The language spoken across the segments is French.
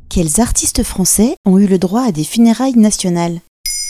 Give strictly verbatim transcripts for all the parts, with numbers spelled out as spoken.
Quels artistes français ont eu le droit à des funérailles nationales ?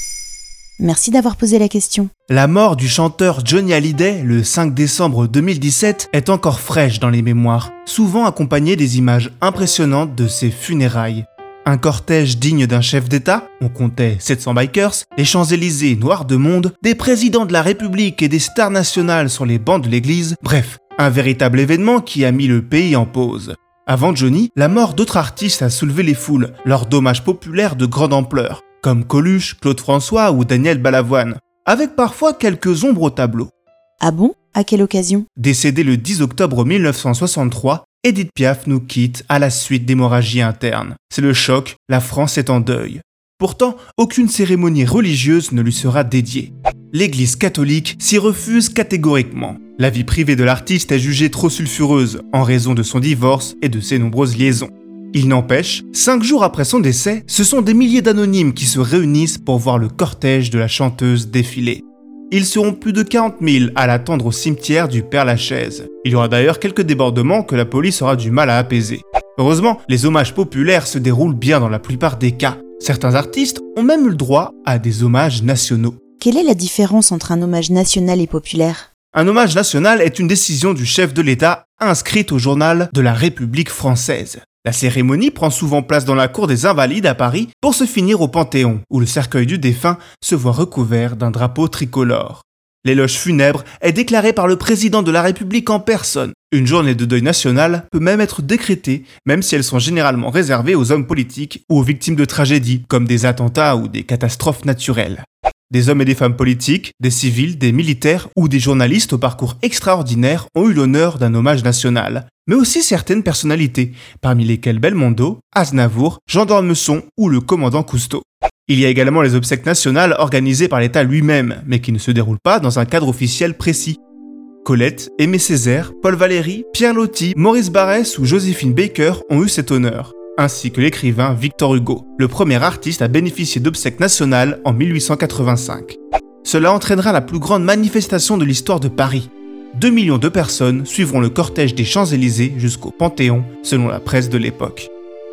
Merci d'avoir posé la question. La mort du chanteur Johnny Hallyday le cinq décembre deux mille dix-sept est encore fraîche dans les mémoires, souvent accompagnée des images impressionnantes de ses funérailles. Un cortège digne d'un chef d'État, on comptait sept cents bikers, les Champs-Élysées noirs de monde, des présidents de la République et des stars nationales sur les bancs de l'église, bref, un véritable événement qui a mis le pays en pause. Avant Johnny, la mort d'autres artistes a soulevé les foules, lors d'hommages populaires de grande ampleur, comme Coluche, Claude François ou Daniel Balavoine, avec parfois quelques ombres au tableau. Ah bon ? À quelle occasion ? Décédée le dix octobre mille neuf cent soixante-trois, Édith Piaf nous quitte à la suite d'hémorragies internes. C'est le choc, la France est en deuil. Pourtant, aucune cérémonie religieuse ne lui sera dédiée. L'Église catholique s'y refuse catégoriquement. La vie privée de l'artiste est jugée trop sulfureuse en raison de son divorce et de ses nombreuses liaisons. Il n'empêche, cinq jours après son décès, ce sont des milliers d'anonymes qui se réunissent pour voir le cortège de la chanteuse défiler. Ils seront plus de quarante mille à l'attendre au cimetière du Père-Lachaise. Il y aura d'ailleurs quelques débordements que la police aura du mal à apaiser. Heureusement, les hommages populaires se déroulent bien dans la plupart des cas. Certains artistes ont même eu le droit à des hommages nationaux. Quelle est la différence entre un hommage national et populaire ? Un hommage national est une décision du chef de l'État inscrite au journal de la République française. La cérémonie prend souvent place dans la cour des Invalides à Paris pour se finir au Panthéon, où le cercueil du défunt se voit recouvert d'un drapeau tricolore. L'éloge funèbre est déclaré par le président de la République en personne. Une journée de deuil national peut même être décrétée, même si elles sont généralement réservées aux hommes politiques ou aux victimes de tragédies, comme des attentats ou des catastrophes naturelles. Des hommes et des femmes politiques, des civils, des militaires ou des journalistes au parcours extraordinaire ont eu l'honneur d'un hommage national, mais aussi certaines personnalités, parmi lesquelles Belmondo, Aznavour, Jean d'Ormesson ou le commandant Cousteau. Il y a également les obsèques nationales organisées par l'État lui-même, mais qui ne se déroulent pas dans un cadre officiel précis. Colette, Aimé Césaire, Paul Valéry, Pierre Loti, Maurice Barrès ou Joséphine Baker ont eu cet honneur, ainsi que l'écrivain Victor Hugo, le premier artiste à bénéficier d'obsèques nationales en mille huit cent quatre-vingt-cinq. Cela entraînera la plus grande manifestation de l'histoire de Paris. Deux millions de personnes suivront le cortège des Champs-Élysées jusqu'au Panthéon, selon la presse de l'époque.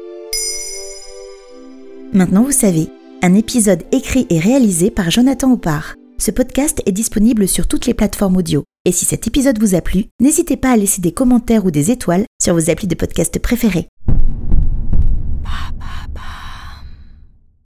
Maintenant vous savez, un épisode écrit et réalisé par Jonathan Oppard. Ce podcast est disponible sur toutes les plateformes audio. Et si cet épisode vous a plu, n'hésitez pas à laisser des commentaires ou des étoiles sur vos applis de podcast préférés.